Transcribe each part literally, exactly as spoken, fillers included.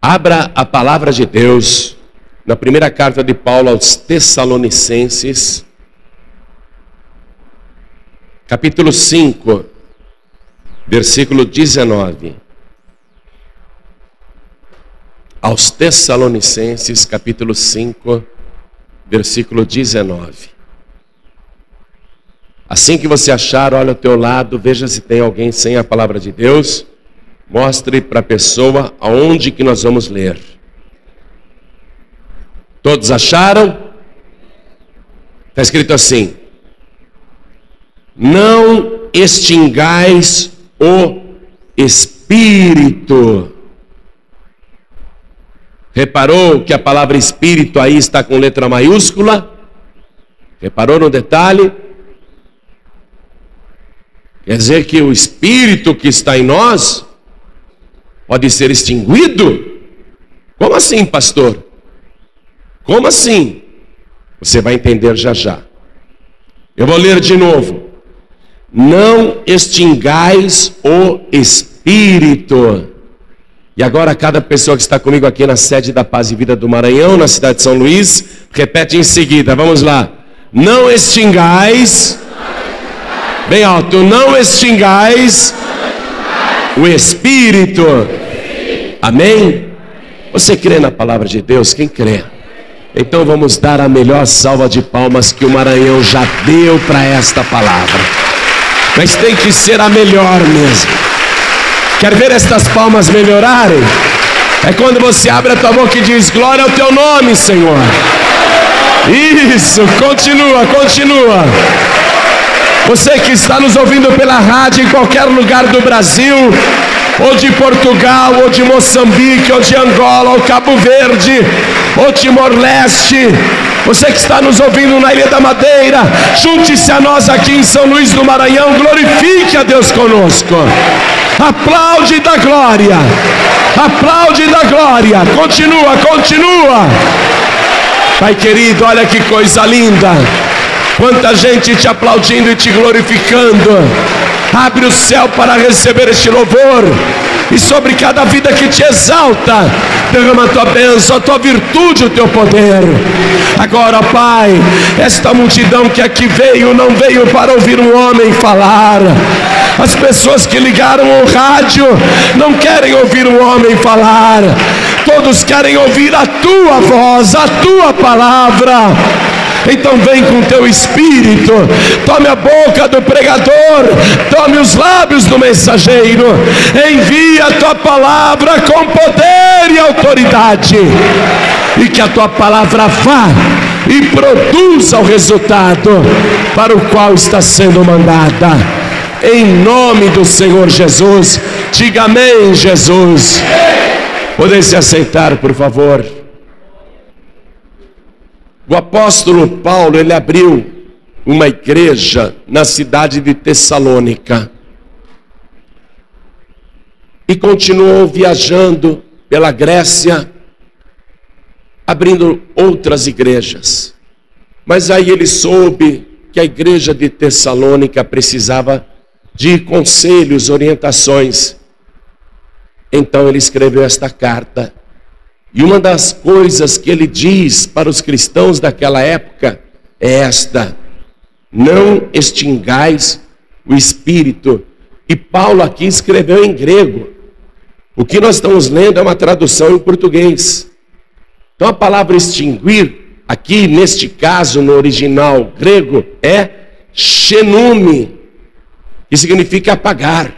Abra a palavra de Deus na primeira carta de Paulo aos Tessalonicenses, capítulo cinco, versículo dezenove. Aos Tessalonicenses, capítulo cinco, versículo dezenove. Assim que você achar, olha ao teu lado, veja se tem alguém sem a palavra de Deus. Mostre para a pessoa aonde que nós vamos ler. Todos acharam? Está escrito assim: não extingais o Espírito. Reparou que a palavra Espírito aí está com letra maiúscula? Reparou no detalhe? Quer dizer que o Espírito que está em nós pode ser extinguido? Como assim, pastor? Como assim? Você vai entender já já. Eu vou ler de novo. Não extingais o Espírito. E agora cada pessoa que está comigo aqui na sede da Paz e Vida do Maranhão, na cidade de São Luís, repete em seguida, vamos lá. Não extingais, bem alto, não extingais o Espírito. Amém? Você crê na palavra de Deus? Quem crê? Então vamos dar a melhor salva de palmas que o Maranhão já deu para esta palavra. Mas tem que ser a melhor mesmo. Quer ver estas palmas melhorarem? É quando você abre a tua boca e diz: glória ao teu nome, Senhor. Isso, continua, continua. Você que está nos ouvindo pela rádio em qualquer lugar do Brasil, ou de Portugal, ou de Moçambique, ou de Angola, ou Cabo Verde, ou Timor-Leste, você que está nos ouvindo na Ilha da Madeira, junte-se a nós aqui em São Luís do Maranhão, glorifique a Deus conosco. Aplaude da glória, aplaude da glória, continua, continua. Pai querido, olha que coisa linda, quanta gente te aplaudindo e te glorificando. Abre o céu para receber este louvor, e sobre cada vida que te exalta, derrama a tua bênção, a tua virtude, o teu poder. Agora, Pai, esta multidão que aqui veio, não veio para ouvir um homem falar. As pessoas que ligaram o rádio não querem ouvir um homem falar. Todos querem ouvir a tua voz, a tua palavra. Então vem com teu Espírito, tome a boca do pregador, tome os lábios do mensageiro, envia a tua palavra com poder e autoridade, e que a tua palavra vá e produza o resultado para o qual está sendo mandada. Em nome do Senhor Jesus, diga amém, Jesus. Podem se aceitar, por favor. O apóstolo Paulo, ele abriu uma igreja na cidade de Tessalônica e continuou viajando pela Grécia, abrindo outras igrejas. Mas aí ele soube que a igreja de Tessalônica precisava de conselhos, orientações. Então ele escreveu esta carta. E uma das coisas que ele diz para os cristãos daquela época é esta: não extingais o Espírito. E Paulo aqui escreveu em grego. O que nós estamos lendo é uma tradução em português. Então a palavra extinguir, aqui neste caso no original grego, é xenume, que significa apagar.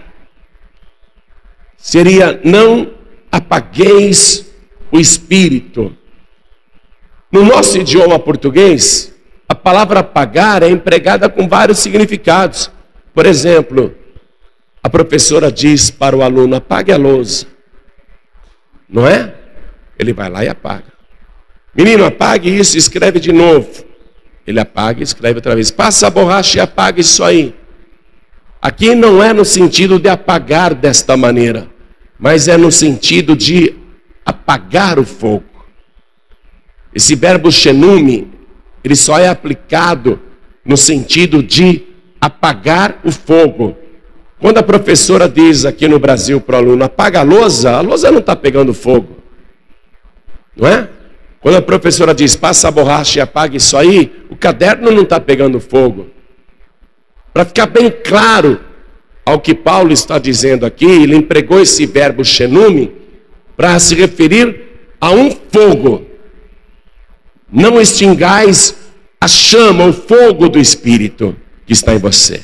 Seria: não apagueis o Espírito. No nosso idioma português, a palavra apagar é empregada com vários significados. Por exemplo, a professora diz para o aluno: apague a lousa. Não é? Ele vai lá e apaga. Menino, apague isso, escreve de novo. Ele apaga e escreve outra vez. Passa a borracha e apaga isso aí. Aqui não é no sentido de apagar desta maneira, mas é no sentido de apagar o fogo. Esse verbo xenume, ele só é aplicado no sentido de apagar o fogo. Quando a professora diz aqui no Brasil para o aluno: apaga a lousa, a lousa não está pegando fogo. não é? Quando a professora diz, passa a borracha e apaga isso aí, o caderno não está pegando fogo. Para ficar bem claro ao que Paulo está dizendo aqui, ele empregou esse verbo xenume para se referir a um fogo. Não extingais a chama, o fogo do Espírito que está em você.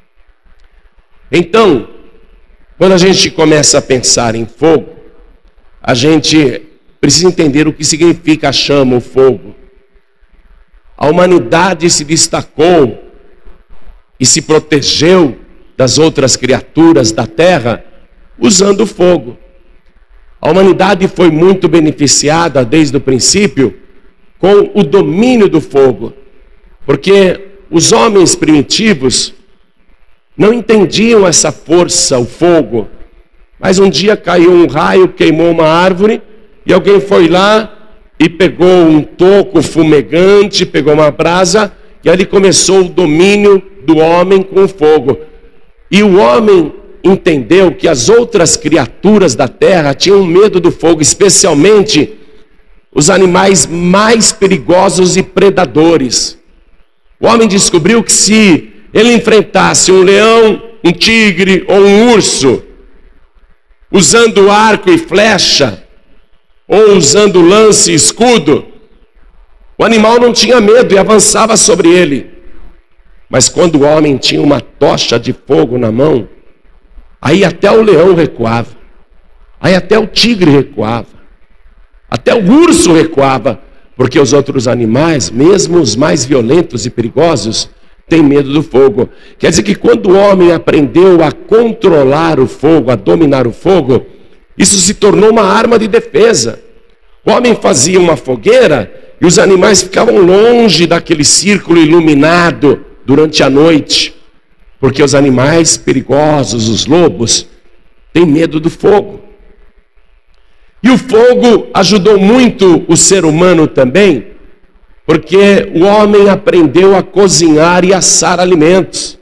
Então, quando a gente começa a pensar em fogo, a gente precisa entender o que significa a chama, o fogo. A humanidade se destacou e se protegeu das outras criaturas da terra usando o fogo. A humanidade foi muito beneficiada desde o princípio com o domínio do fogo, porque os homens primitivos não entendiam essa força, o fogo. Mas um dia caiu um raio, queimou uma árvore, e alguém foi lá e pegou um toco fumegante, pegou uma brasa, e ali começou o domínio do homem com o fogo. E o homem entendeu que as outras criaturas da terra tinham medo do fogo, especialmente os animais mais perigosos e predadores. O homem descobriu que se ele enfrentasse um leão, um tigre ou um urso, usando arco e flecha, ou usando lance e escudo, o animal não tinha medo e avançava sobre ele. Mas quando o homem tinha uma tocha de fogo na mão, aí até o leão recuava, aí até o tigre recuava, até o urso recuava, porque os outros animais, mesmo os mais violentos e perigosos, têm medo do fogo. Quer dizer que quando o homem aprendeu a controlar o fogo, a dominar o fogo, isso se tornou uma arma de defesa. O homem fazia uma fogueira e os animais ficavam longe daquele círculo iluminado durante a noite, porque os animais perigosos, os lobos, têm medo do fogo. E o fogo ajudou muito o ser humano também, porque o homem aprendeu a cozinhar e assar alimentos.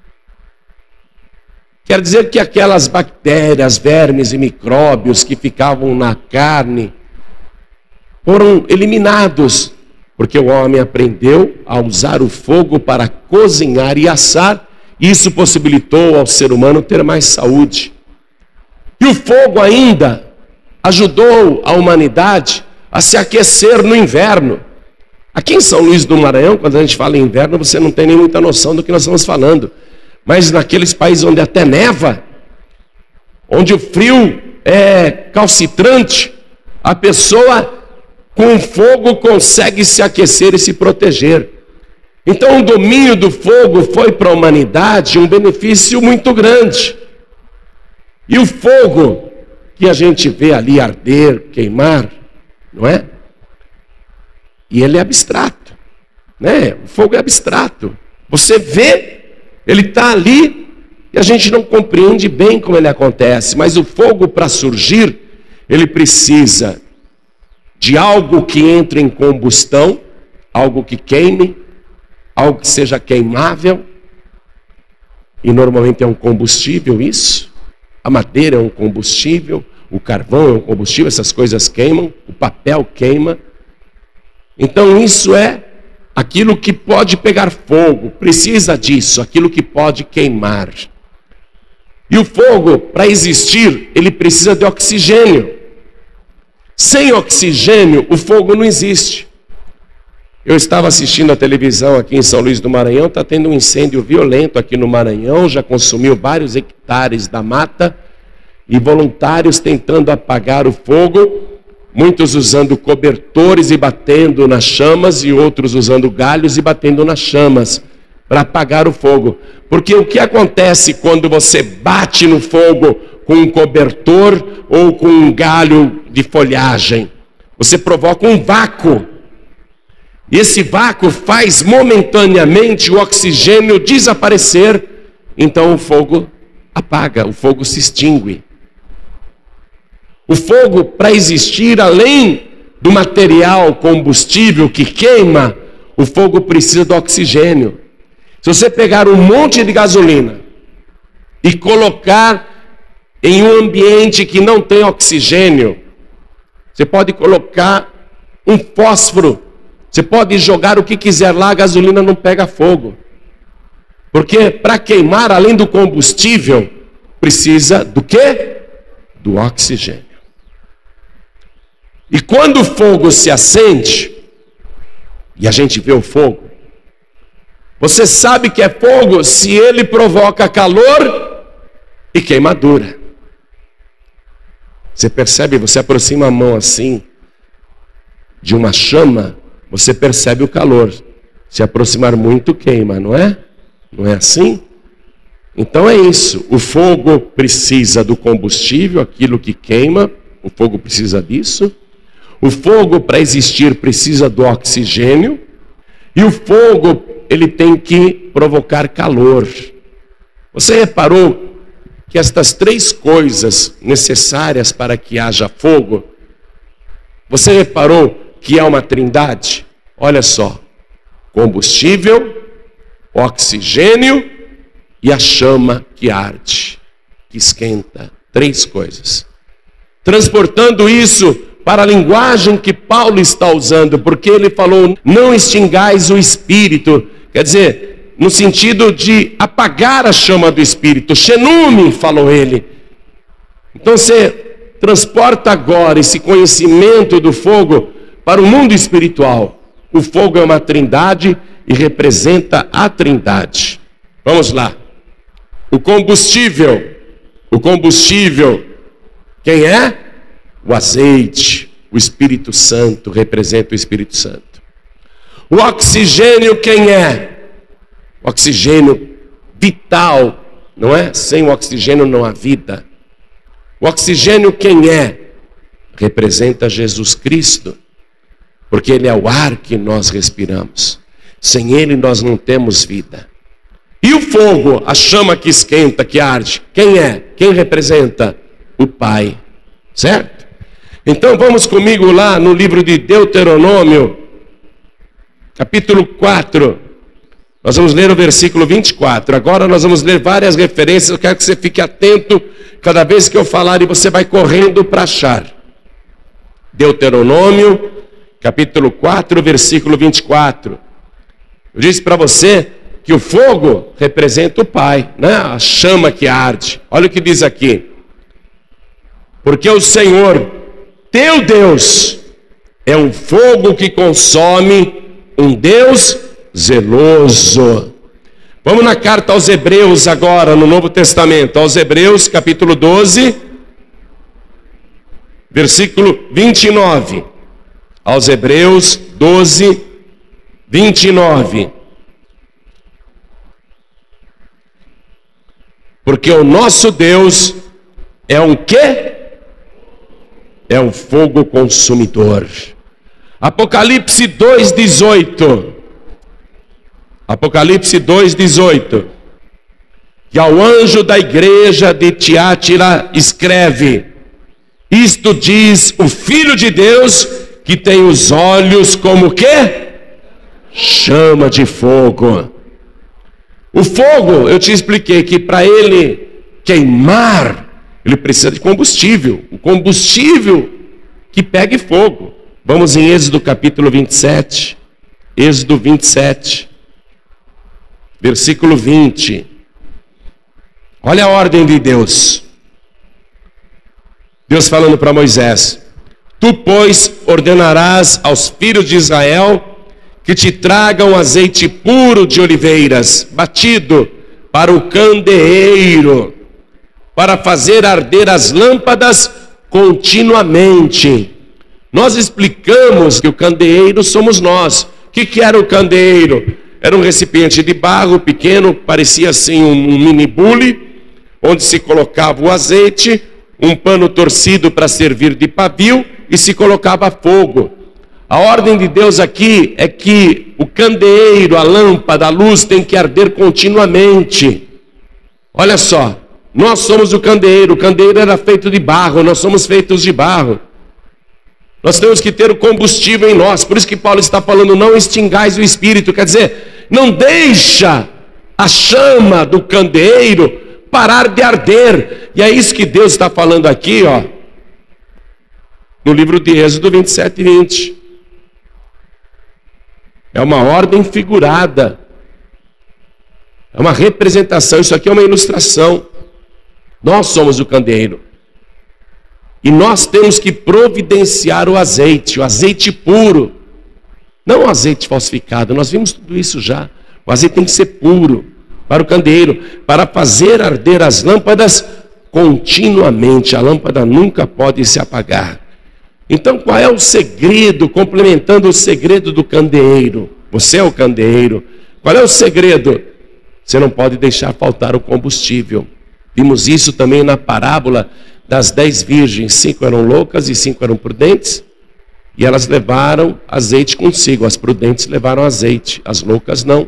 Quer dizer que aquelas bactérias, vermes e micróbios que ficavam na carne foram eliminados, porque o homem aprendeu a usar o fogo para cozinhar e assar, e isso possibilitou ao ser humano ter mais saúde. E o fogo ainda ajudou a humanidade a se aquecer no inverno. Aqui em São Luís do Maranhão, quando a gente fala em inverno, você não tem nem muita noção do que nós estamos falando. Mas naqueles países onde até neva, onde o frio é calcitrante, a pessoa com fogo consegue se aquecer e se proteger. Então o domínio do fogo foi para a humanidade um benefício muito grande. E o fogo que a gente vê ali arder, queimar, não é? E ele é abstrato, né? O fogo é abstrato. Você vê, ele está ali e a gente não compreende bem como ele acontece. Mas o fogo, para surgir, ele precisa de algo que entre em combustão, algo que queime, algo que seja queimável. E normalmente é um combustível isso. A madeira é um combustível, o carvão é um combustível, essas coisas queimam, o papel queima. Então isso é aquilo que pode pegar fogo, precisa disso, aquilo que pode queimar. E o fogo, para existir, ele precisa de oxigênio. Sem oxigênio, o fogo não existe. Eu estava assistindo a televisão aqui em São Luís do Maranhão, está tendo um incêndio violento aqui no Maranhão, já consumiu vários hectares da mata, e voluntários tentando apagar o fogo, muitos usando cobertores e batendo nas chamas, e outros usando galhos e batendo nas chamas, para apagar o fogo. Porque o que acontece quando você bate no fogo com um cobertor ou com um galho de folhagem? Você provoca um vácuo. E esse vácuo faz momentaneamente o oxigênio desaparecer, então o fogo apaga, o fogo se extingue. O fogo, para existir, além do material combustível que queima, o fogo precisa do oxigênio. Se você pegar um monte de gasolina e colocar em um ambiente que não tem oxigênio, você pode colocar Um fósforo, você pode jogar o que quiser lá, a gasolina não pega fogo. Porque para queimar, além do combustível, precisa do quê? Do oxigênio. E quando o fogo se acende, e a gente vê o fogo, você sabe que é fogo se ele provoca calor e queimadura. Você percebe, você aproxima a mão assim, de uma chama, você percebe o calor. Se aproximar muito, queima, não é? Não é assim? Então é isso. O fogo precisa do combustível, aquilo que queima. O fogo precisa disso. O fogo, para existir, precisa do oxigênio. E o fogo, ele tem que provocar calor. Você reparou que estas três coisas necessárias para que haja fogo, você reparou que é uma trindade? Olha só, combustível, oxigênio e a chama que arde, que esquenta. Três coisas. Transportando isso para a linguagem que Paulo está usando, porque ele falou, não extingais o Espírito. Quer dizer, no sentido de apagar a chama do Espírito. Xenume, falou ele. Então você transporta agora esse conhecimento do fogo para o mundo espiritual. O fogo é uma trindade e representa a trindade. Vamos lá. O combustível. O combustível, quem é? O azeite. O Espírito Santo representa o Espírito Santo. O oxigênio, quem é? O oxigênio vital, não é? Sem o oxigênio não há vida. O oxigênio, quem é? Representa Jesus Cristo. Porque ele é o ar que nós respiramos. Sem ele nós não temos vida. E o fogo, a chama que esquenta, que arde, quem é? Quem representa? O Pai. Certo? Então vamos comigo lá no livro de Deuteronômio, capítulo quatro. Nós vamos ler o versículo vinte e quatro. Agora nós vamos ler várias referências. Eu quero que você fique atento cada vez que eu falar e você vai correndo para achar. Deuteronômio, capítulo quatro, versículo vinte e quatro. Eu disse para você que o fogo representa o Pai, né? A chama que arde. Olha o que diz aqui. Porque o Senhor, teu Deus, é um fogo que consome, um Deus zeloso. Vamos na carta aos Hebreus agora, no Novo Testamento. Aos Hebreus, capítulo doze, versículo vinte e nove. Aos Hebreus doze, vinte e nove. Porque o nosso Deus é um quê? É um fogo consumidor. Apocalipse dois, dezoito. Apocalipse dois, dezoito. Que ao anjo da igreja de Tiátira escreve: isto diz o Filho de Deus, que tem os olhos como o quê? Chama de fogo. O fogo, eu te expliquei que para ele queimar, ele precisa de combustível. O combustível que pegue fogo. Vamos em Êxodo capítulo vinte e sete. Êxodo vinte e sete. Versículo vinte. Olha a ordem de Deus. Deus falando para Moisés: tu, pois, ordenarás aos filhos de Israel que te tragam azeite puro de oliveiras, batido, para o candeeiro, para fazer arder as lâmpadas continuamente. Nós explicamos que o candeeiro somos nós. O que, que era o candeeiro? Era um recipiente de barro pequeno, parecia assim um, um mini bule, onde se colocava o azeite, um pano torcido para servir de pavio e se colocava fogo. A ordem de Deus aqui é que o candeeiro, a lâmpada, a luz tem que arder continuamente. Olha só, nós somos o candeeiro, o candeeiro era feito de barro, nós somos feitos de barro. Nós temos que ter o combustível em nós, por isso que Paulo está falando, não extingais o Espírito, quer dizer, não deixa a chama do candeeiro parar de arder. E é isso que Deus está falando aqui, ó, no livro de Êxodo vinte e sete, vinte. É uma ordem figurada. É uma representação. Isso aqui é uma ilustração. Nós somos o candeeiro. E nós temos que providenciar o azeite, o azeite puro. Não o azeite falsificado. Nós vimos tudo isso já. O azeite tem que ser puro para o candeeiro, para fazer arder as lâmpadas continuamente. A lâmpada nunca pode se apagar. Então, qual é o segredo, complementando o segredo do candeeiro? Você é o candeeiro. Qual é o segredo? Você não pode deixar faltar o combustível. Vimos isso também na parábola das dez virgens. Cinco eram loucas e cinco eram prudentes. E elas levaram azeite consigo. As prudentes levaram azeite, as loucas não.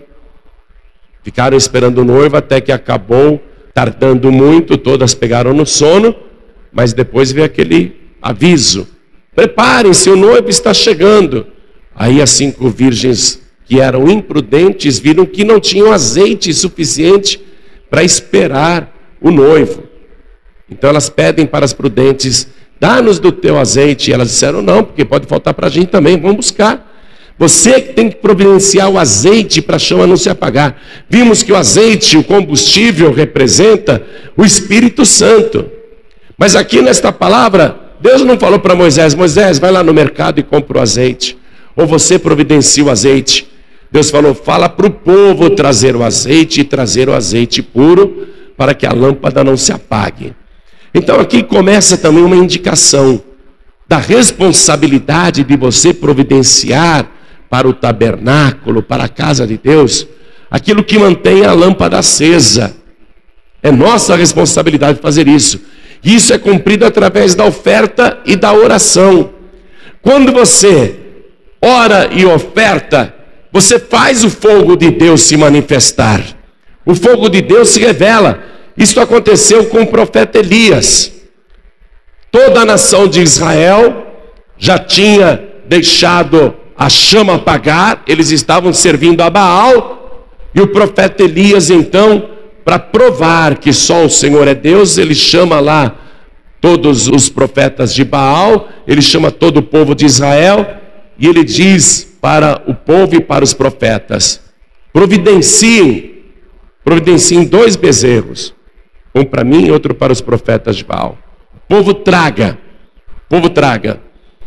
Ficaram esperando o noivo até que acabou tardando muito. Todas pegaram no sono. Mas depois veio aquele aviso: preparem-se, o noivo está chegando. Aí as cinco virgens que eram imprudentes viram que não tinham azeite suficiente para esperar o noivo. Então elas pedem para as prudentes: dá-nos do teu azeite. E elas disseram: não, porque pode faltar para a gente também, vamos buscar. Você que tem que providenciar o azeite para a chama não se apagar. Vimos que o azeite, o combustível, representa o Espírito Santo. Mas aqui nesta palavra, Deus não falou para Moisés: Moisés, vai lá no mercado e compra o azeite. Ou você providencia o azeite. Deus falou: fala para o povo trazer o azeite e trazer o azeite puro, para que a lâmpada não se apague. Então aqui começa também uma indicação da responsabilidade de você providenciar para o tabernáculo, para a casa de Deus, aquilo que mantém a lâmpada acesa. É nossa responsabilidade fazer isso. E isso é cumprido através da oferta e da oração. Quando você ora e oferta, você faz o fogo de Deus se manifestar. O fogo de Deus se revela. Isso aconteceu com o profeta Elias. Toda a nação de Israel já tinha deixado a chama apagar, eles estavam servindo a Baal, e o profeta Elias então, para provar que só o Senhor é Deus, ele chama lá todos os profetas de Baal, ele chama todo o povo de Israel, e ele diz para o povo e para os profetas: providenciem, providenciem dois bezerros, um para mim e outro para os profetas de Baal. O povo traga, o povo traga.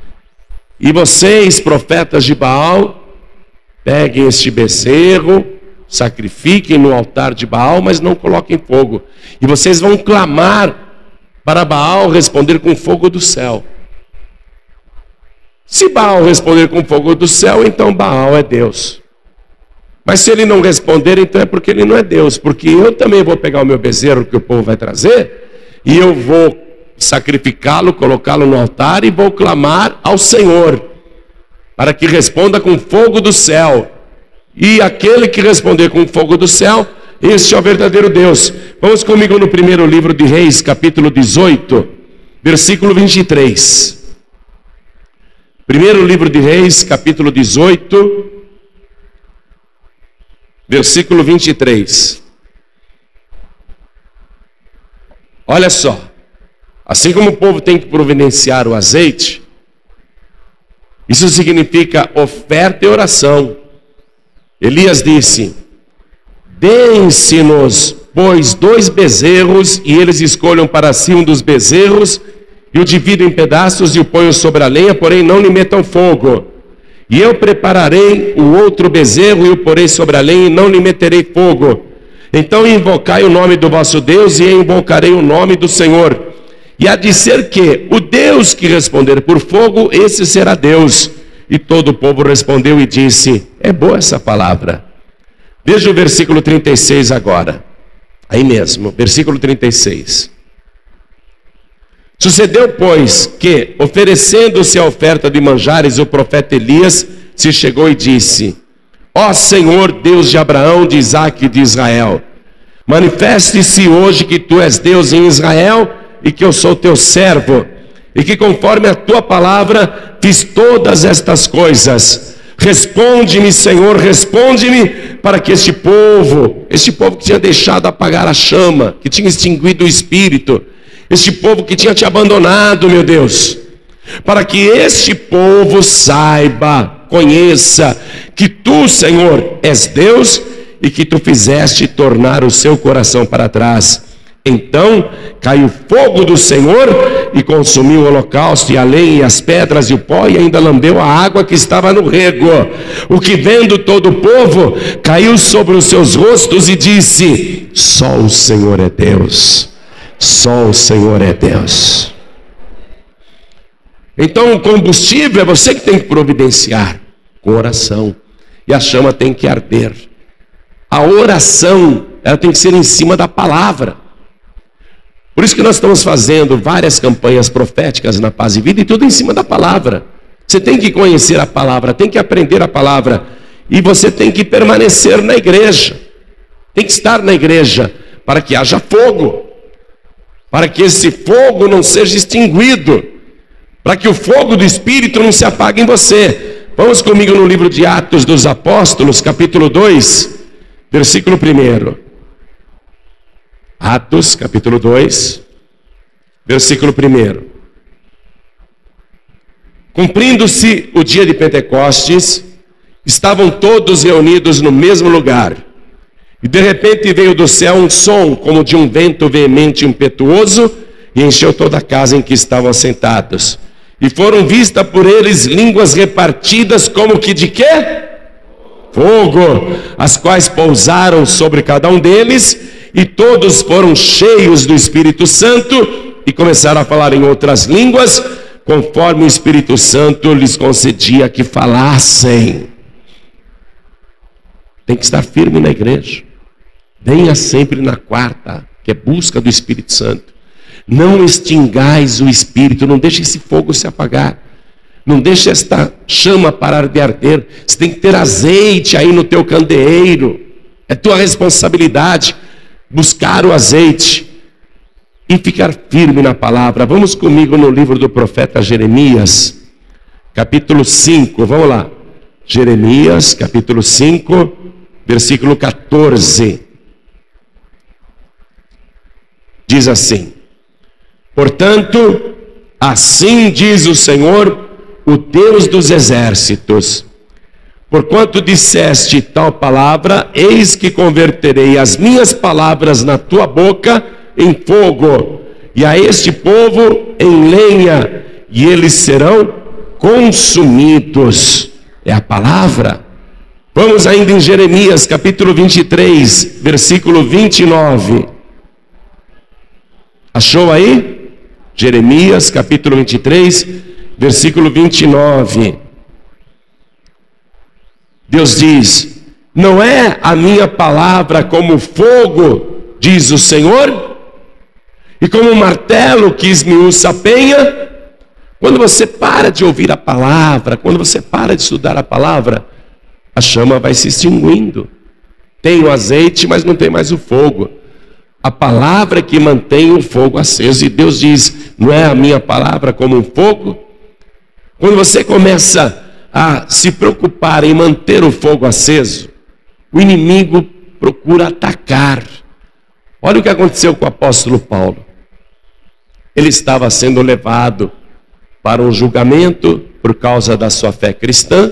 E vocês, profetas de Baal, peguem este bezerro, sacrifiquem no altar de Baal, mas não coloquem fogo. E vocês vão clamar para Baal responder com fogo do céu. Se Baal responder com fogo do céu, então Baal é Deus. Mas se ele não responder, então é porque ele não é Deus. Porque eu também vou pegar o meu bezerro que o povo vai trazer, e eu vou sacrificá-lo, colocá-lo no altar, e vou clamar ao Senhor, para que responda com fogo do céu. E aquele que responder com fogo do céu, este é o verdadeiro Deus. Vamos comigo no primeiro livro de Reis, capítulo dezoito, versículo vinte e três. Primeiro livro de Reis, capítulo dezoito, versículo vinte e três. Olha só. Assim como o povo tem que providenciar o azeite, isso significa oferta e oração. Elias disse: deem-se-nos, pois, dois bezerros, e eles escolham para si um dos bezerros, e o dividam em pedaços e o ponham sobre a lenha, porém não lhe metam fogo. E eu prepararei o outro bezerro e o porei sobre a lenha, e não lhe meterei fogo. Então invocai o nome do vosso Deus, e invocarei o nome do Senhor. E há de ser que o Deus que responder por fogo, esse será Deus. E todo o povo respondeu e disse: é boa essa palavra. Veja o versículo trinta e seis agora. Aí mesmo, versículo trinta e seis. Sucedeu, pois, que, oferecendo-se a oferta de manjares, o profeta Elias se chegou e disse: ó Senhor, Deus de Abraão, de Isaque e de Israel, manifeste-se hoje que tu és Deus em Israel, e que eu sou teu servo, e que conforme a tua palavra fiz todas estas coisas. Responde-me, Senhor, responde-me, para que este povo, este povo que tinha deixado apagar a chama, que tinha extinguido o Espírito, este povo que tinha te abandonado, meu Deus, para que este povo saiba conheça que tu, Senhor, és Deus e que tu fizeste tornar o seu coração para trás. Então caiu o fogo do Senhor e consumiu o holocausto e a lenha e as pedras e o pó, e ainda lambeu a água que estava no rego. O que vendo todo o povo caiu sobre os seus rostos e disse: só o Senhor é Deus, só o Senhor é Deus. Então o combustível é você que tem que providenciar com oração, e a chama tem que arder. A oração, ela tem que ser em cima da palavra. Por isso que nós estamos fazendo várias campanhas proféticas na Paz e Vida, e tudo em cima da palavra. Você tem que conhecer a palavra, tem que aprender a palavra, e você tem que permanecer na igreja, tem que estar na igreja, para que haja fogo, para que esse fogo não seja extinguido, para que o fogo do Espírito não se apague em você. Vamos comigo no livro de Atos dos Apóstolos, capítulo dois, versículo primeiro. Atos, capítulo dois, versículo primeiro. Cumprindo-se o dia de Pentecostes, estavam todos reunidos no mesmo lugar. E de repente veio do céu um som, como de um vento veemente e impetuoso, e encheu toda a casa em que estavam assentados. E foram vistas por eles línguas repartidas como que de quê? Fogo, as quais pousaram sobre cada um deles, e todos foram cheios do Espírito Santo e começaram a falar em outras línguas, conforme o Espírito Santo lhes concedia que falassem. Tem que estar firme na igreja. Venha sempre na quarta, que é busca do Espírito Santo. Não extingais o Espírito, não deixe esse fogo se apagar. Não deixe esta chama parar de arder. Você tem que ter azeite aí no teu candeeiro. É tua responsabilidade buscar o azeite e ficar firme na palavra. Vamos comigo no livro do profeta Jeremias, capítulo cinco, vamos lá. Jeremias, capítulo cinco, versículo quatorze. Diz assim: portanto, assim diz o Senhor, o Deus dos exércitos: porquanto disseste tal palavra, eis que converterei as minhas palavras na tua boca em fogo, e a este povo em lenha, e eles serão consumidos. É a palavra. Vamos ainda em Jeremias, capítulo vinte e três, versículo vinte e nove. Achou aí? Jeremias, capítulo vinte e três, versículo vinte e nove. Deus diz: não é a minha palavra como fogo, diz o Senhor, e como um martelo que esmiuça a penha? Quando você para de ouvir a palavra, quando você para de estudar a palavra, a chama vai se extinguindo. Tem o azeite, mas não tem mais o fogo. A palavra que mantém o fogo aceso. E Deus diz: não é a minha palavra como um fogo? Quando você começa a se preocupar em manter o fogo aceso, o inimigo procura atacar. Olha o que aconteceu com o apóstolo Paulo. Ele estava sendo levado para um julgamento por causa da sua fé cristã,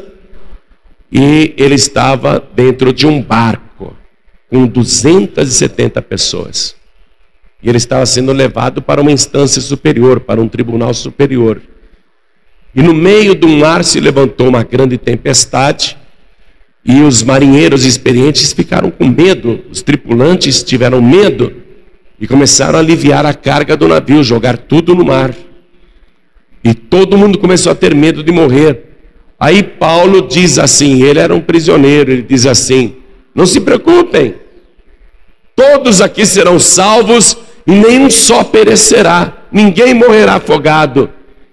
e ele estava dentro de um barco com duzentas e setenta pessoas. E ele estava sendo levado para uma instância superior, para um tribunal superior. E no meio do mar se levantou uma grande tempestade, e os marinheiros experientes ficaram com medo, os tripulantes tiveram medo, e começaram a aliviar a carga do navio, jogar tudo no mar. E todo mundo começou a ter medo de morrer. Aí Paulo diz assim, ele era um prisioneiro, ele diz assim: não se preocupem, todos aqui serão salvos e nenhum só perecerá, ninguém morrerá afogado.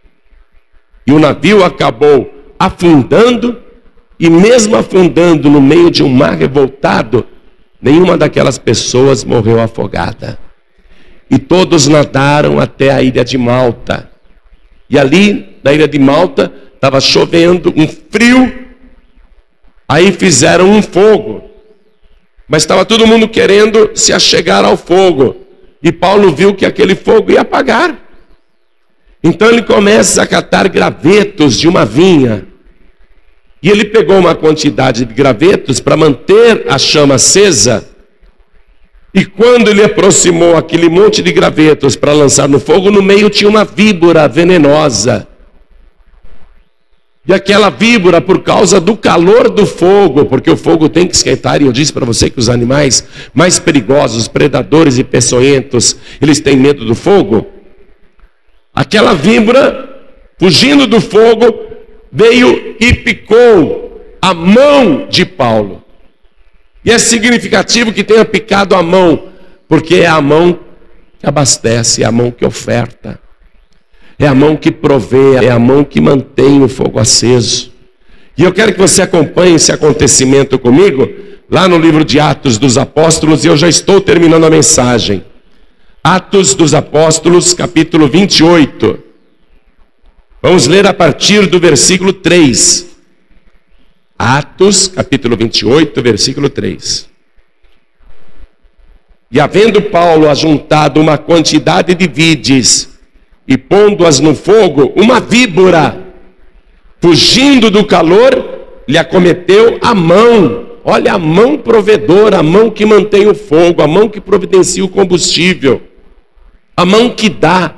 E o navio acabou afundando, e mesmo afundando no meio de um mar revoltado, nenhuma daquelas pessoas morreu afogada. E todos nadaram até a ilha de Malta. E ali, na ilha de Malta, estava chovendo, um frio. Aí fizeram um fogo. Mas estava todo mundo querendo se achegar ao fogo. E Paulo viu que aquele fogo ia apagar. Então ele começa a catar gravetos de uma vinha. E ele pegou uma quantidade de gravetos para manter a chama acesa. E quando ele aproximou aquele monte de gravetos para lançar no fogo, no meio tinha uma víbora venenosa. E aquela víbora, por causa do calor do fogo, porque o fogo tem que esquentar, e eu disse para você que os animais mais perigosos, predadores e peçonhentos, eles têm medo do fogo. Aquela víbora, fugindo do fogo, veio e picou a mão de Paulo. E é significativo que tenha picado a mão, porque é a mão que abastece, é a mão que oferta, é a mão que provê, é a mão que mantém o fogo aceso. E eu quero que você acompanhe esse acontecimento comigo, lá no livro de Atos dos Apóstolos, e eu já estou terminando a mensagem. Atos dos Apóstolos, capítulo vinte e oito. Vamos ler a partir do versículo três. Atos, capítulo vinte e oito, versículo três. E havendo Paulo ajuntado uma quantidade de vides, e pondo-as no fogo, uma víbora, fugindo do calor, lhe acometeu a mão. Olha, a mão provedora, a mão que mantém o fogo, a mão que providencia o combustível, a mão que dá.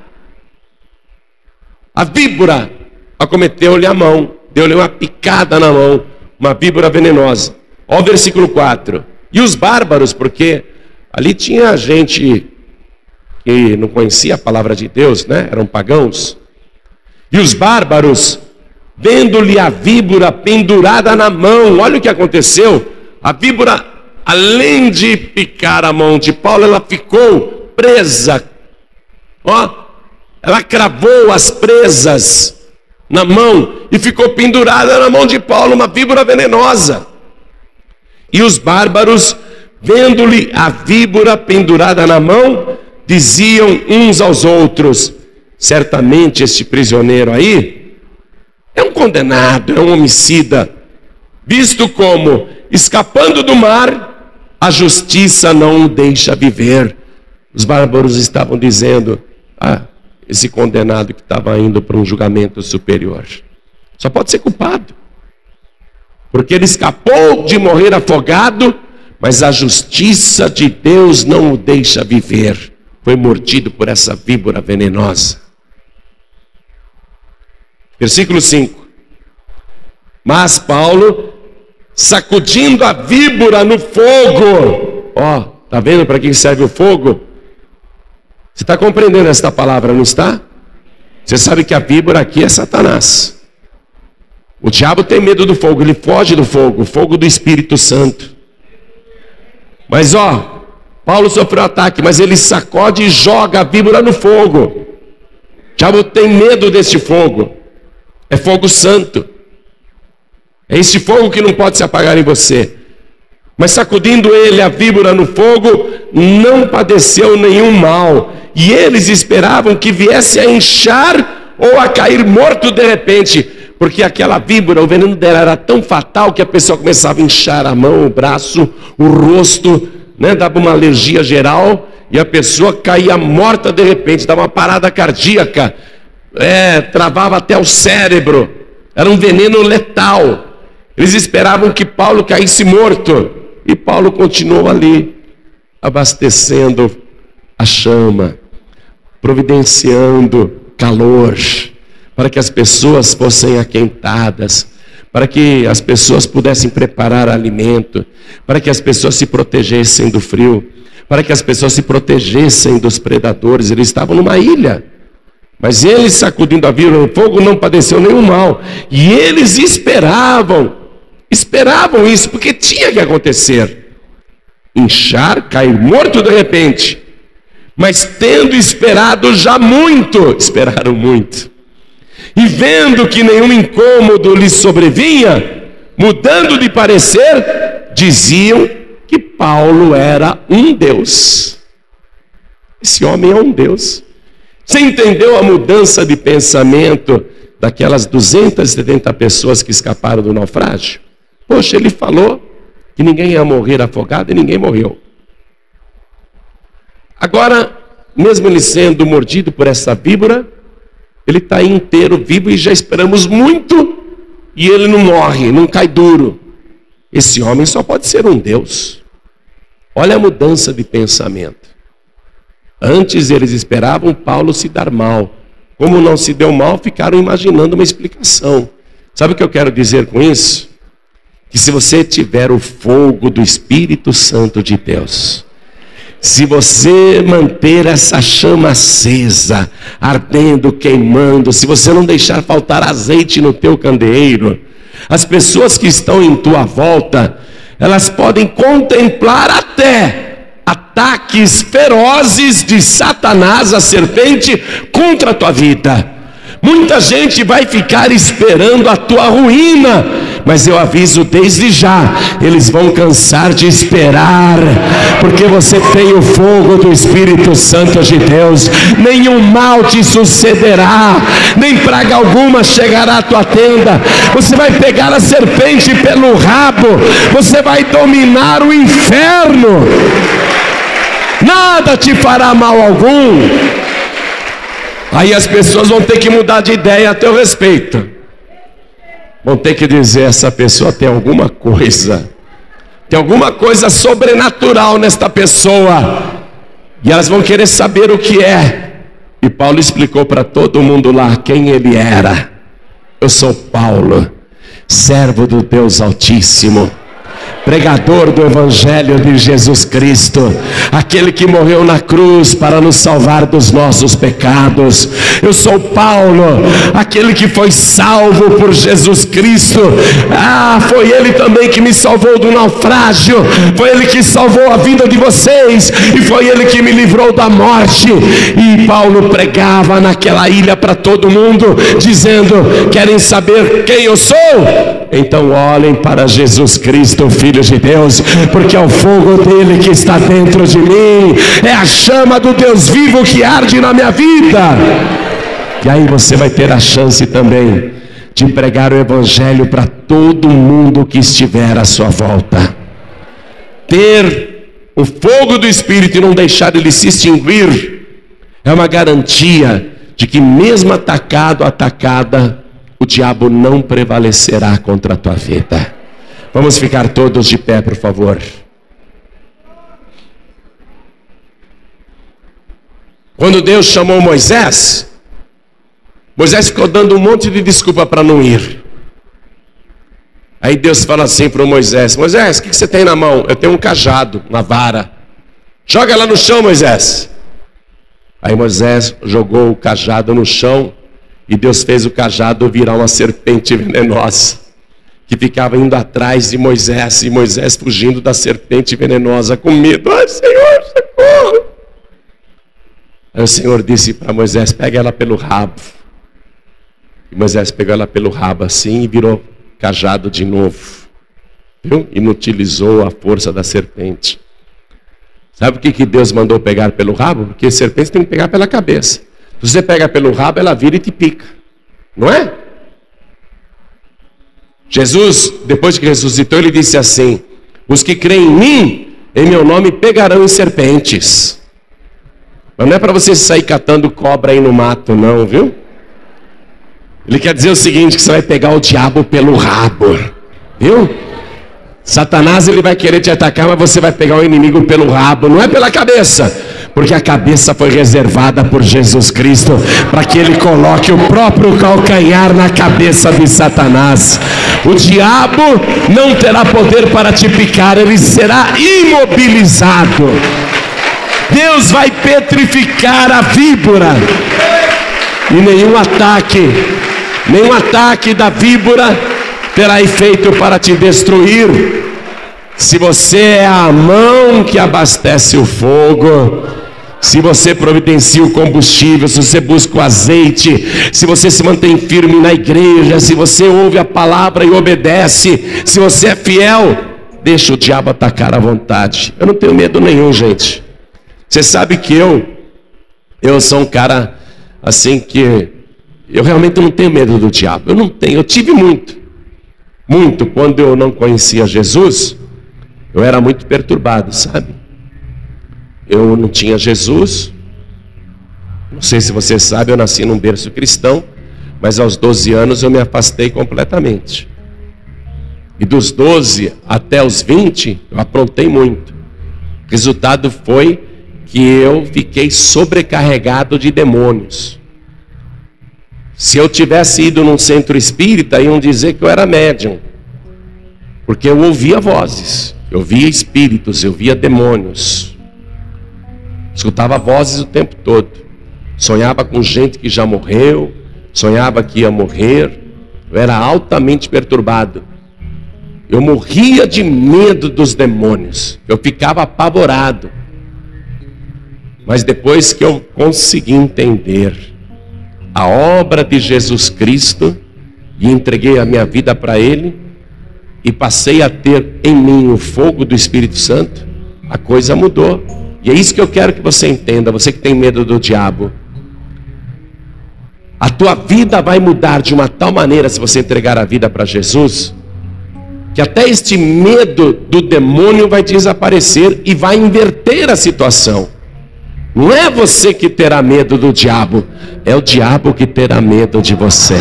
A víbora acometeu-lhe a mão, deu-lhe uma picada na mão, uma víbora venenosa. Olha o versículo quatro. E os bárbaros, porque ali tinha gente que não conhecia a palavra de Deus, né? Eram pagãos. E os bárbaros, vendo-lhe a víbora pendurada na mão, olha o que aconteceu. A víbora, além de picar a mão de Paulo, ela ficou presa. Ó, ela cravou as presas na mão e ficou pendurada na mão de Paulo, uma víbora venenosa. E os bárbaros, vendo-lhe a víbora pendurada na mão, diziam uns aos outros: certamente este prisioneiro aí é um condenado, é um homicida, visto como, escapando do mar, a justiça não o deixa viver. Os bárbaros estavam dizendo: ah, esse condenado que estava indo para um julgamento superior só pode ser culpado, porque ele escapou de morrer afogado, mas a justiça de Deus não o deixa viver. Foi mordido por essa víbora venenosa. Versículo cinco. Mas Paulo, sacudindo a víbora no fogo. Ó, tá vendo para que serve o fogo? Você está compreendendo esta palavra, não está? Você sabe que a víbora aqui é Satanás. O diabo tem medo do fogo, ele foge do fogo, o fogo do Espírito Santo. Mas ó, Paulo sofreu ataque, mas ele sacode e joga a víbora no fogo. O diabo tem medo desse fogo. É fogo santo. É esse fogo que não pode se apagar em você. Mas sacudindo ele a víbora no fogo, não padeceu nenhum mal. E eles esperavam que viesse a inchar ou a cair morto de repente. Porque aquela víbora, o veneno dela era tão fatal que a pessoa começava a inchar a mão, o braço, o rosto, né? Dava uma alergia geral e a pessoa caía morta de repente, dava uma parada cardíaca, é, travava até o cérebro. Era um veneno letal. Eles esperavam que Paulo caísse morto. E Paulo continuou ali, abastecendo a chama, providenciando calor, para que as pessoas fossem aquentadas, para que as pessoas pudessem preparar alimento, para que as pessoas se protegessem do frio, para que as pessoas se protegessem dos predadores. Eles estavam numa ilha, mas eles, sacudindo a víbora no fogo, não padeceu nenhum mal. E eles esperavam, esperavam isso, porque tinha que acontecer. Inchar, cair morto de repente. Mas tendo esperado já muito, esperaram muito. E vendo que nenhum incômodo lhes sobrevinha, mudando de parecer, diziam que Paulo era um Deus. Esse homem é um Deus. Você entendeu a mudança de pensamento daquelas duzentas e setenta pessoas que escaparam do naufrágio? Poxa, ele falou que ninguém ia morrer afogado e ninguém morreu. Agora, mesmo ele sendo mordido por essa víbora, ele está inteiro, vivo, e já esperamos muito e ele não morre, não cai duro. Esse homem só pode ser um Deus. Olha a mudança de pensamento. Antes eles esperavam Paulo se dar mal. Como não se deu mal, ficaram imaginando uma explicação. Sabe o que eu quero dizer com isso? Que se você tiver o fogo do Espírito Santo de Deus, se você manter essa chama acesa, ardendo, queimando, se você não deixar faltar azeite no teu candeeiro, as pessoas que estão em tua volta, elas podem contemplar até ataques ferozes de Satanás, a serpente, contra a tua vida. Muita gente vai ficar esperando a tua ruína, mas eu aviso desde já, eles vão cansar de esperar, porque você tem o fogo do Espírito Santo de Deus. Nenhum mal te sucederá, nem praga alguma chegará à tua tenda. Você vai pegar a serpente pelo rabo, você vai dominar o inferno, nada te fará mal algum. Aí as pessoas vão ter que mudar de ideia a teu respeito. Vão ter que dizer, essa pessoa tem alguma coisa, tem alguma coisa sobrenatural nesta pessoa. E elas vão querer saber o que é. E Paulo explicou para todo mundo lá quem ele era. Eu sou Paulo, servo do Deus Altíssimo, pregador do Evangelho de Jesus Cristo, aquele que morreu na cruz para nos salvar dos nossos pecados. Eu sou Paulo, aquele que foi salvo por Jesus Cristo. Ah, foi Ele também que me salvou do naufrágio, foi Ele que salvou a vida de vocês, e foi Ele que me livrou da morte. E Paulo pregava naquela ilha para todo mundo, dizendo, querem saber quem eu sou? Então olhem para Jesus Cristo, Filho de Deus, porque é o fogo dele que está dentro de mim, é a chama do Deus vivo que arde na minha vida. E aí você vai ter a chance também de pregar o Evangelho para todo mundo que estiver à sua volta. Ter o fogo do Espírito e não deixar ele se extinguir é uma garantia de que mesmo atacado, atacada, o diabo não prevalecerá contra a tua vida. Vamos ficar todos de pé, por favor. Quando Deus chamou Moisés, Moisés ficou dando um monte de desculpa para não ir. Aí Deus fala assim para o Moisés, Moisés, o que você tem na mão? Eu tenho um cajado, uma vara. Joga ela no chão, Moisés. Aí Moisés jogou o cajado no chão, e Deus fez o cajado virar uma serpente venenosa, que ficava indo atrás de Moisés, e Moisés fugindo da serpente venenosa com medo. Ai, Senhor, socorro! Aí o Senhor disse para Moisés, pega ela pelo rabo. E Moisés pegou ela pelo rabo assim e virou cajado de novo. Viu? Inutilizou a força da serpente. Sabe o que, que Deus mandou pegar pelo rabo? Porque a serpente tem que pegar pela cabeça. Se você pega pelo rabo, ela vira e te pica. Não é? Jesus, depois que ressuscitou, ele disse assim, os que creem em mim, em meu nome pegarão em serpentes. Mas não é para você sair catando cobra aí no mato não, viu? Ele quer dizer o seguinte, que você vai pegar o diabo pelo rabo. Viu? Satanás, ele vai querer te atacar, mas você vai pegar o inimigo pelo rabo, não é pela cabeça. Porque a cabeça foi reservada por Jesus Cristo, para que ele coloque o próprio calcanhar na cabeça de Satanás. O diabo não terá poder para te picar, ele será imobilizado. Deus vai petrificar a víbora, e nenhum ataque, nenhum ataque da víbora terá efeito para te destruir. Se você é a mão que abastece o fogo, se você providencia o combustível, se você busca o azeite, se você se mantém firme na igreja, se você ouve a palavra e obedece, se você é fiel, deixa o diabo atacar à vontade. Eu não tenho medo nenhum, gente. Você sabe que eu, eu sou um cara assim que, eu realmente não tenho medo do diabo. Eu não tenho, eu tive muito, muito, quando eu não conhecia Jesus, eu era muito perturbado, sabe? Eu não tinha Jesus, não sei se você sabe, eu nasci num berço cristão, Mas aos doze anos eu me afastei completamente. E dos doze até os vinte, eu aprontei muito. O resultado foi que eu fiquei sobrecarregado de demônios. Se eu tivesse ido num centro espírita, iam dizer que eu era médium. Porque eu ouvia vozes, eu via espíritos, eu via demônios. Escutava vozes o tempo todo. Sonhava com gente que já morreu, sonhava que ia morrer. Eu era altamente perturbado. Eu morria de medo dos demônios. Eu ficava apavorado. Mas depois que eu consegui entender a obra de Jesus Cristo e entreguei a minha vida para Ele e passei a ter em mim o fogo do Espírito Santo, a coisa mudou. E é isso que eu quero que você entenda, você que tem medo do diabo. A tua vida vai mudar de uma tal maneira se você entregar a vida para Jesus, que até este medo do demônio vai desaparecer e vai inverter a situação. Não é você que terá medo do diabo, é o diabo que terá medo de você.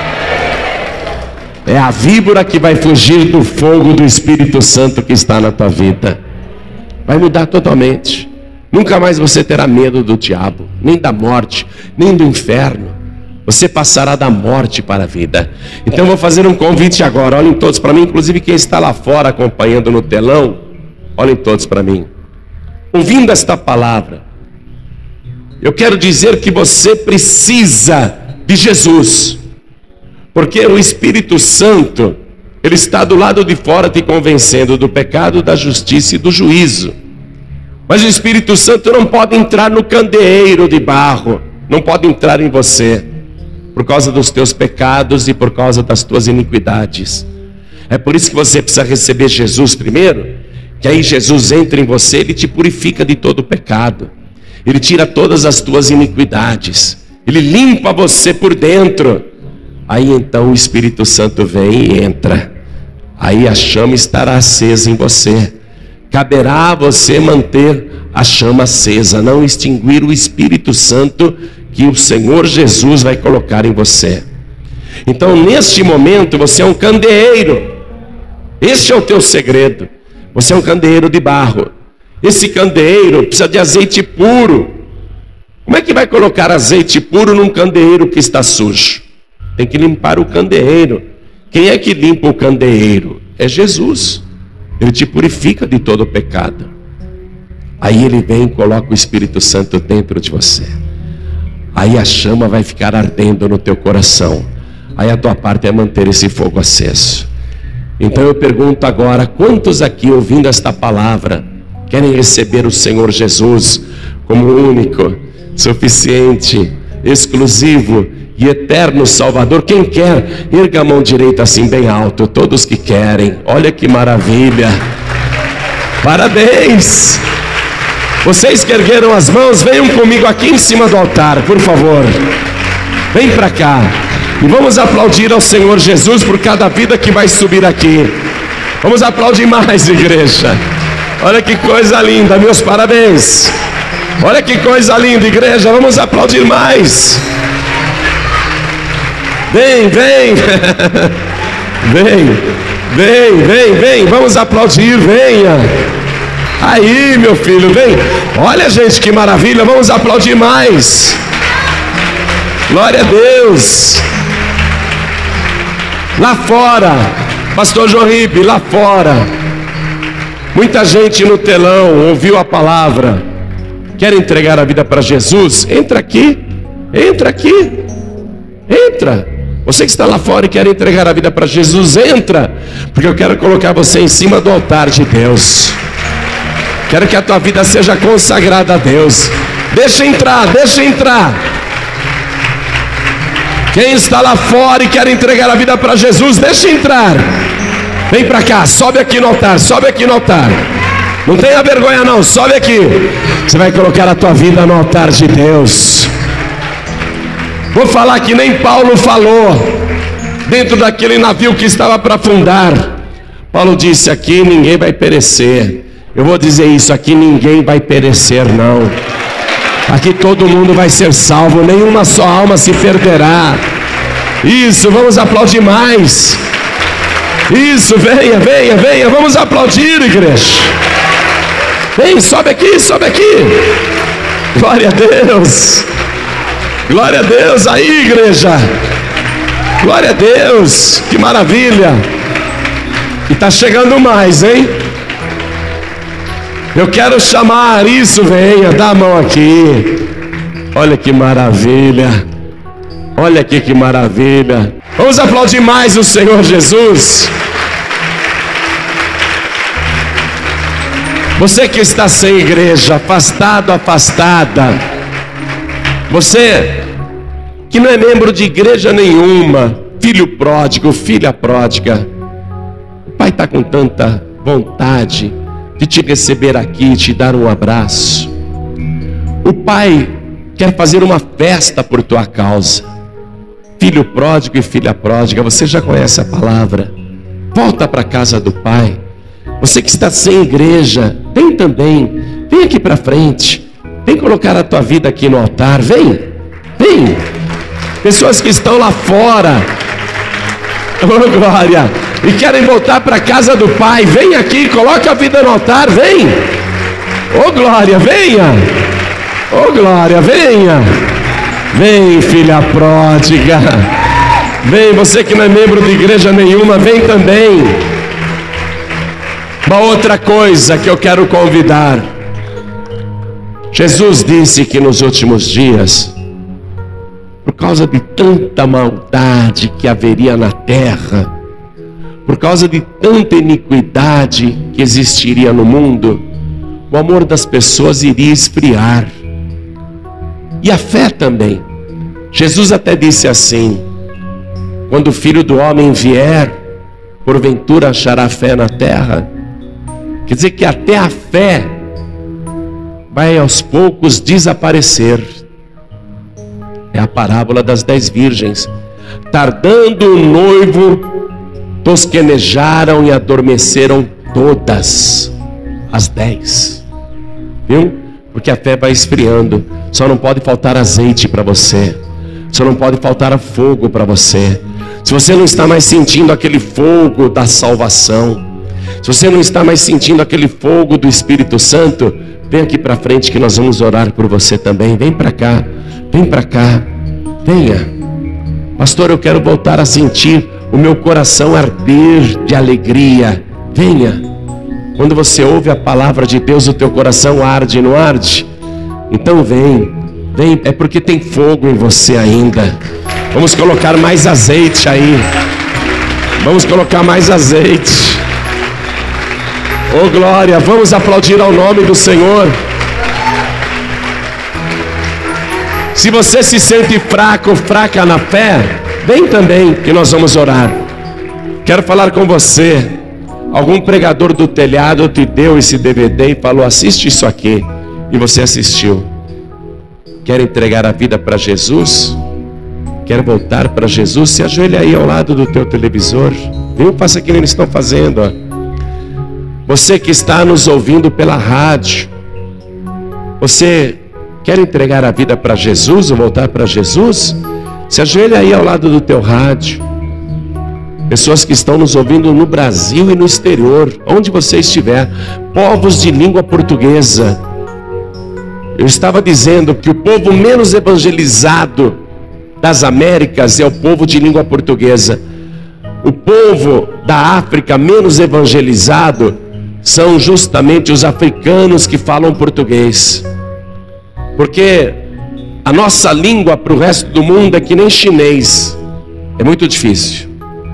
É a víbora que vai fugir do fogo do Espírito Santo que está na tua vida. Vai mudar totalmente. Nunca mais você terá medo do diabo, nem da morte, nem do inferno. Você passará da morte para a vida. Então eu vou fazer um convite agora. Olhem todos para mim, inclusive quem está lá fora acompanhando no telão. Olhem todos para mim. Ouvindo esta palavra, eu quero dizer que você precisa de Jesus. Porque o Espírito Santo, ele está do lado de fora te convencendo do pecado, da justiça e do juízo. Mas o Espírito Santo não pode entrar no candeeiro de barro, não pode entrar em você, por causa dos teus pecados e por causa das tuas iniquidades. É por isso que você precisa receber Jesus primeiro, que aí Jesus entra em você, ele te purifica de todo o pecado, ele tira todas as tuas iniquidades, ele limpa você por dentro. Aí então o Espírito Santo vem e entra. Aí a chama estará acesa em você. Caberá a você manter a chama acesa, não extinguir o Espírito Santo que o Senhor Jesus vai colocar em você. Então neste momento você é um candeeiro. Este é o teu segredo. Você é um candeeiro de barro. Esse candeeiro precisa de azeite puro. Como é que vai colocar azeite puro num candeeiro que está sujo? Tem que limpar o candeeiro. Quem é que limpa o candeeiro? É Jesus. Ele te purifica de todo o pecado. Aí ele vem e coloca o Espírito Santo dentro de você. Aí a chama vai ficar ardendo no teu coração. Aí a tua parte é manter esse fogo aceso. Então eu pergunto agora, quantos aqui ouvindo esta palavra querem receber o Senhor Jesus como único, suficiente, exclusivo e eterno Salvador? Quem quer, erga a mão direita assim bem alto. Todos que querem, olha que maravilha, parabéns. Vocês que ergueram as mãos, venham comigo aqui em cima do altar, por favor. Vem para cá e vamos aplaudir ao Senhor Jesus por cada vida que vai subir aqui. Vamos aplaudir mais, igreja. Olha que coisa linda, meus parabéns. Olha que coisa linda, igreja, vamos aplaudir mais. Vem, vem, vem, vem, vem, vem, vamos aplaudir, venha. Aí, meu filho, vem. Olha, gente, que maravilha, vamos aplaudir mais. Glória a Deus. Lá fora, pastor João Ribe, lá fora, muita gente no telão ouviu a palavra, quer entregar a vida para Jesus. Entra aqui, entra aqui, entra. Você que está lá fora e quer entregar a vida para Jesus, entra, porque eu quero colocar você em cima do altar de Deus. Quero que a tua vida seja consagrada a Deus. Deixa entrar, deixa entrar. Quem está lá fora e quer entregar a vida para Jesus, deixa entrar. Vem para cá, sobe aqui no altar, sobe aqui no altar. Não tenha vergonha não, sobe aqui. Você vai colocar a tua vida no altar de Deus. Vou falar que nem Paulo falou dentro daquele navio que estava para afundar. Paulo disse: aqui ninguém vai perecer. Eu vou dizer isso, aqui ninguém vai perecer não. Aqui todo mundo vai ser salvo, nenhuma só alma se perderá. Isso, vamos aplaudir mais. Isso, venha, venha, venha. Vamos aplaudir, igreja. Vem, sobe aqui, sobe aqui. Glória a Deus. Glória a Deus aí, igreja. Glória a Deus. Que maravilha. E está chegando mais, hein? Eu quero chamar isso, venha, dá a mão aqui. Olha que maravilha. Olha aqui que maravilha. Vamos aplaudir mais o Senhor Jesus. Você que está sem igreja, afastado, afastada. Você que não é membro de igreja nenhuma, filho pródigo, filha pródiga. O Pai está com tanta vontade de te receber aqui, te dar um abraço. O Pai quer fazer uma festa por tua causa. Filho pródigo e filha pródiga, você já conhece a palavra. Volta para a casa do Pai. Você que está sem igreja, vem também. Vem aqui para frente. Vem colocar a tua vida aqui no altar. Vem, vem. Pessoas que estão lá fora, oh glória, e querem voltar para a casa do Pai, vem aqui, coloca a vida no altar. Vem, oh glória, venha. Oh glória, venha. Vem, filha pródiga. Vem, você que não é membro de igreja nenhuma, vem também. Uma outra coisa que eu quero convidar. Jesus disse que nos últimos dias, por causa de tanta maldade que haveria na terra, por causa de tanta iniquidade que existiria no mundo, o amor das pessoas iria esfriar. E a fé também. Jesus até disse assim: quando o Filho do Homem vier, porventura achará fé na terra? Quer dizer que até a fé vai aos poucos desaparecer. É a parábola das dez virgens. Tardando o noivo, tosquenejaram e adormeceram todas as dez. Viu? Porque a fé vai esfriando. Só não pode faltar azeite para você. Só não pode faltar fogo para você. Se você não está mais sentindo aquele fogo da salvação, se você não está mais sentindo aquele fogo do Espírito Santo, vem aqui para frente que nós vamos orar por você também. Vem para cá, vem para cá, venha. Pastor, eu quero voltar a sentir o meu coração arder de alegria. Venha. Quando você ouve a palavra de Deus, o teu coração arde, não arde? Então vem, vem, é porque tem fogo em você ainda. Vamos colocar mais azeite aí. Vamos colocar mais azeite. Oh glória, vamos aplaudir ao nome do Senhor. Se você se sente fraco, fraca na fé, vem também que nós vamos orar. Quero falar com você. Algum pregador do telhado te deu esse D V D e falou: assiste isso aqui. E você assistiu. Quer entregar a vida para Jesus? Quer voltar para Jesus? Se ajoelha aí ao lado do teu televisor. Viu? Faça o que eles estão fazendo, ó. Você que está nos ouvindo pela rádio, você quer entregar a vida para Jesus ou voltar para Jesus? Se ajoelha aí ao lado do teu rádio. Pessoas que estão nos ouvindo no Brasil e no exterior, onde você estiver, povos de língua portuguesa. Eu estava dizendo que o povo menos evangelizado das Américas é o povo de língua portuguesa. O povo da África menos evangelizado são justamente os africanos que falam português. Porque a nossa língua para o resto do mundo é que nem chinês. É muito difícil.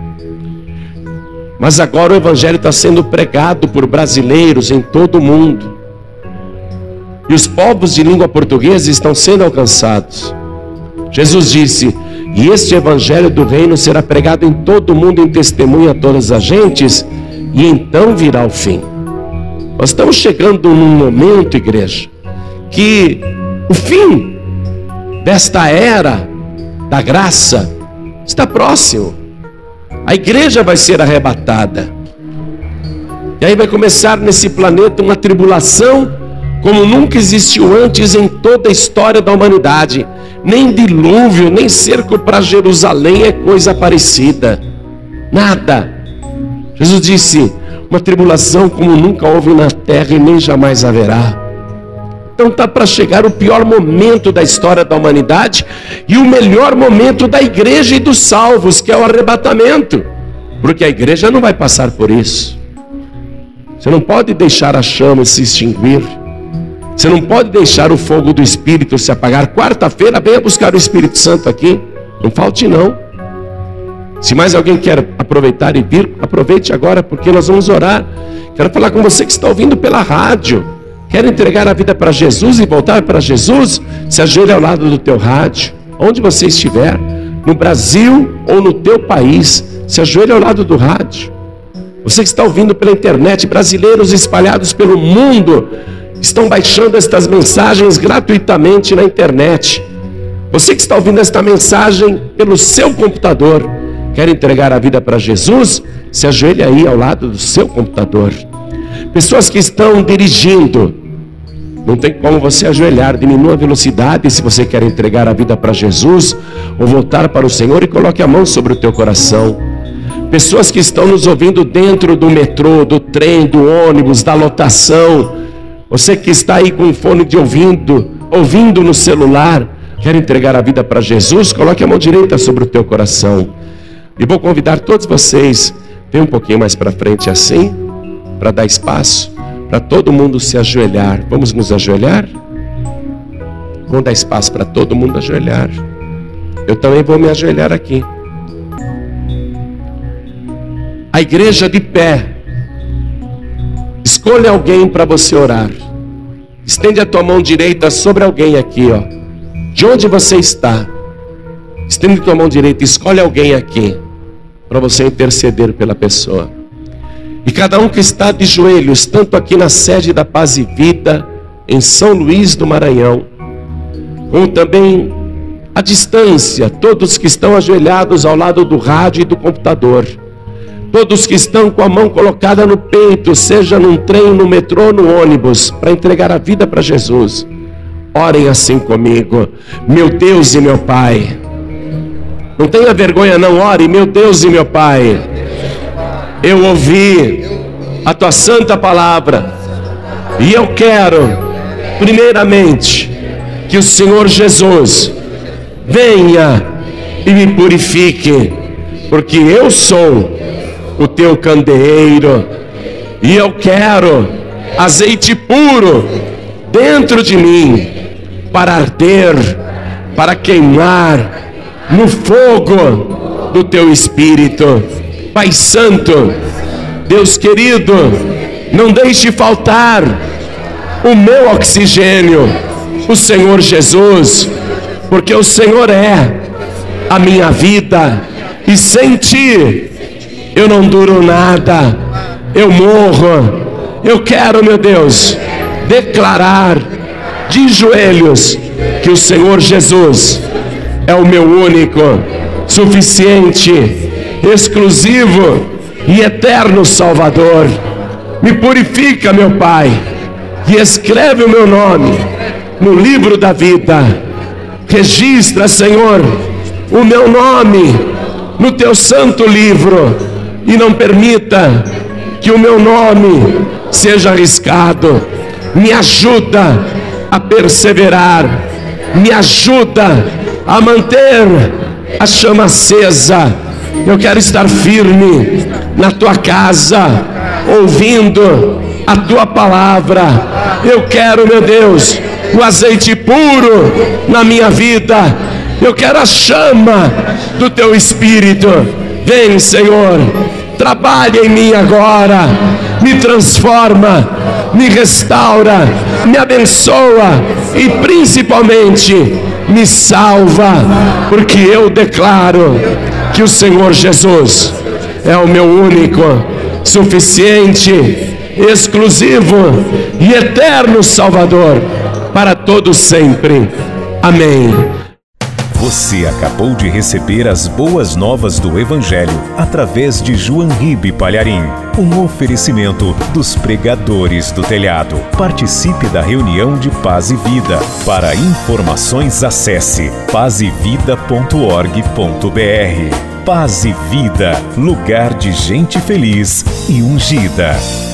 Mas agora o evangelho está sendo pregado por brasileiros em todo o mundo. E os povos de língua portuguesa estão sendo alcançados. Jesus disse: e este evangelho do reino será pregado em todo o mundo em testemunho a todas as gentes, e então virá o fim. Nós estamos chegando num momento, igreja, que o fim desta era da graça está próximo. A igreja vai ser arrebatada. E aí vai começar nesse planeta uma tribulação como nunca existiu antes em toda a história da humanidade. Nem dilúvio, nem cerco para Jerusalém é coisa parecida. Nada. Jesus disse, uma tribulação como nunca houve na terra e nem jamais haverá. Então está para chegar o pior momento da história da humanidade e o melhor momento da igreja e dos salvos, que é o arrebatamento. Porque a igreja não vai passar por isso. Você não pode deixar a chama se extinguir. Você não pode deixar o fogo do Espírito se apagar. Quarta-feira, venha buscar o Espírito Santo aqui. Não falte não. Se mais alguém quer aproveitar e vir, aproveite agora, porque nós vamos orar. Quero falar com você que está ouvindo pela rádio. Quer entregar a vida para Jesus e voltar para Jesus? Se ajoelhe ao lado do teu rádio. Onde você estiver, no Brasil ou no teu país, se ajoelhe ao lado do rádio. Você que está ouvindo pela internet, brasileiros espalhados pelo mundo estão baixando estas mensagens gratuitamente na internet. Você que está ouvindo esta mensagem pelo seu computador, quer entregar a vida para Jesus? Se ajoelhe aí ao lado do seu computador. Pessoas que estão dirigindo, não tem como você ajoelhar, diminua a velocidade se você quer entregar a vida para Jesus ou voltar para o Senhor, e coloque a mão sobre o teu coração. Pessoas que estão nos ouvindo dentro do metrô, do trem, do ônibus, da lotação. Você que está aí com fone de ouvido, ouvindo no celular, quer entregar a vida para Jesus, coloque a mão direita sobre o teu coração. E vou convidar todos vocês, vem um pouquinho mais para frente assim, para dar espaço para todo mundo se ajoelhar. Vamos nos ajoelhar? Vamos dar espaço para todo mundo ajoelhar. Eu também vou me ajoelhar aqui. A igreja de pé. Escolha alguém para você orar. Estende a tua mão direita sobre alguém aqui, ó. De onde você está? Estende a tua mão direita, escolhe alguém aqui para você interceder pela pessoa. E cada um que está de joelhos, tanto aqui na sede da Paz e Vida, em São Luís do Maranhão, como também à distância, todos que estão ajoelhados ao lado do rádio e do computador, todos que estão com a mão colocada no peito, seja num trem, no metrô, no ônibus, para entregar a vida para Jesus, orem assim comigo. Meu Deus e meu Pai, não tenha vergonha não, ore. Meu Deus e meu Pai, eu ouvi a tua santa palavra e eu quero, primeiramente, que o Senhor Jesus venha e me purifique, porque eu sou o teu candeeiro e eu quero azeite puro dentro de mim para arder, para queimar no fogo do teu Espírito. Pai Santo, Deus querido, não deixe faltar o meu oxigênio, o Senhor Jesus, porque o Senhor é a minha vida, e sem Ti eu não duro nada, eu morro. Eu quero, meu Deus, declarar de joelhos que o Senhor Jesus é o meu único, suficiente, exclusivo e eterno Salvador. Me purifica, meu Pai, e escreve o meu nome no livro da vida. Registra, Senhor, o meu nome no teu santo livro, e não permita que o meu nome seja arriscado. Me ajuda a perseverar, me ajuda a manter a chama acesa. Eu quero estar firme na tua casa, ouvindo a tua palavra. Eu quero, meu Deus, o azeite puro na minha vida. Eu quero a chama do teu Espírito. Vem, Senhor, trabalha em mim agora, me transforma, me restaura, me abençoa e principalmente me salva, porque eu declaro que o Senhor Jesus é o meu único, suficiente, exclusivo e eterno Salvador para todos sempre. Amém. Você acabou de receber as boas novas do Evangelho através de João Ribe Palharim, um oferecimento dos pregadores do telhado. Participe da reunião de Paz e Vida. Para informações, acesse paz e vida ponto org ponto br. Paz e Vida, lugar de gente feliz e ungida.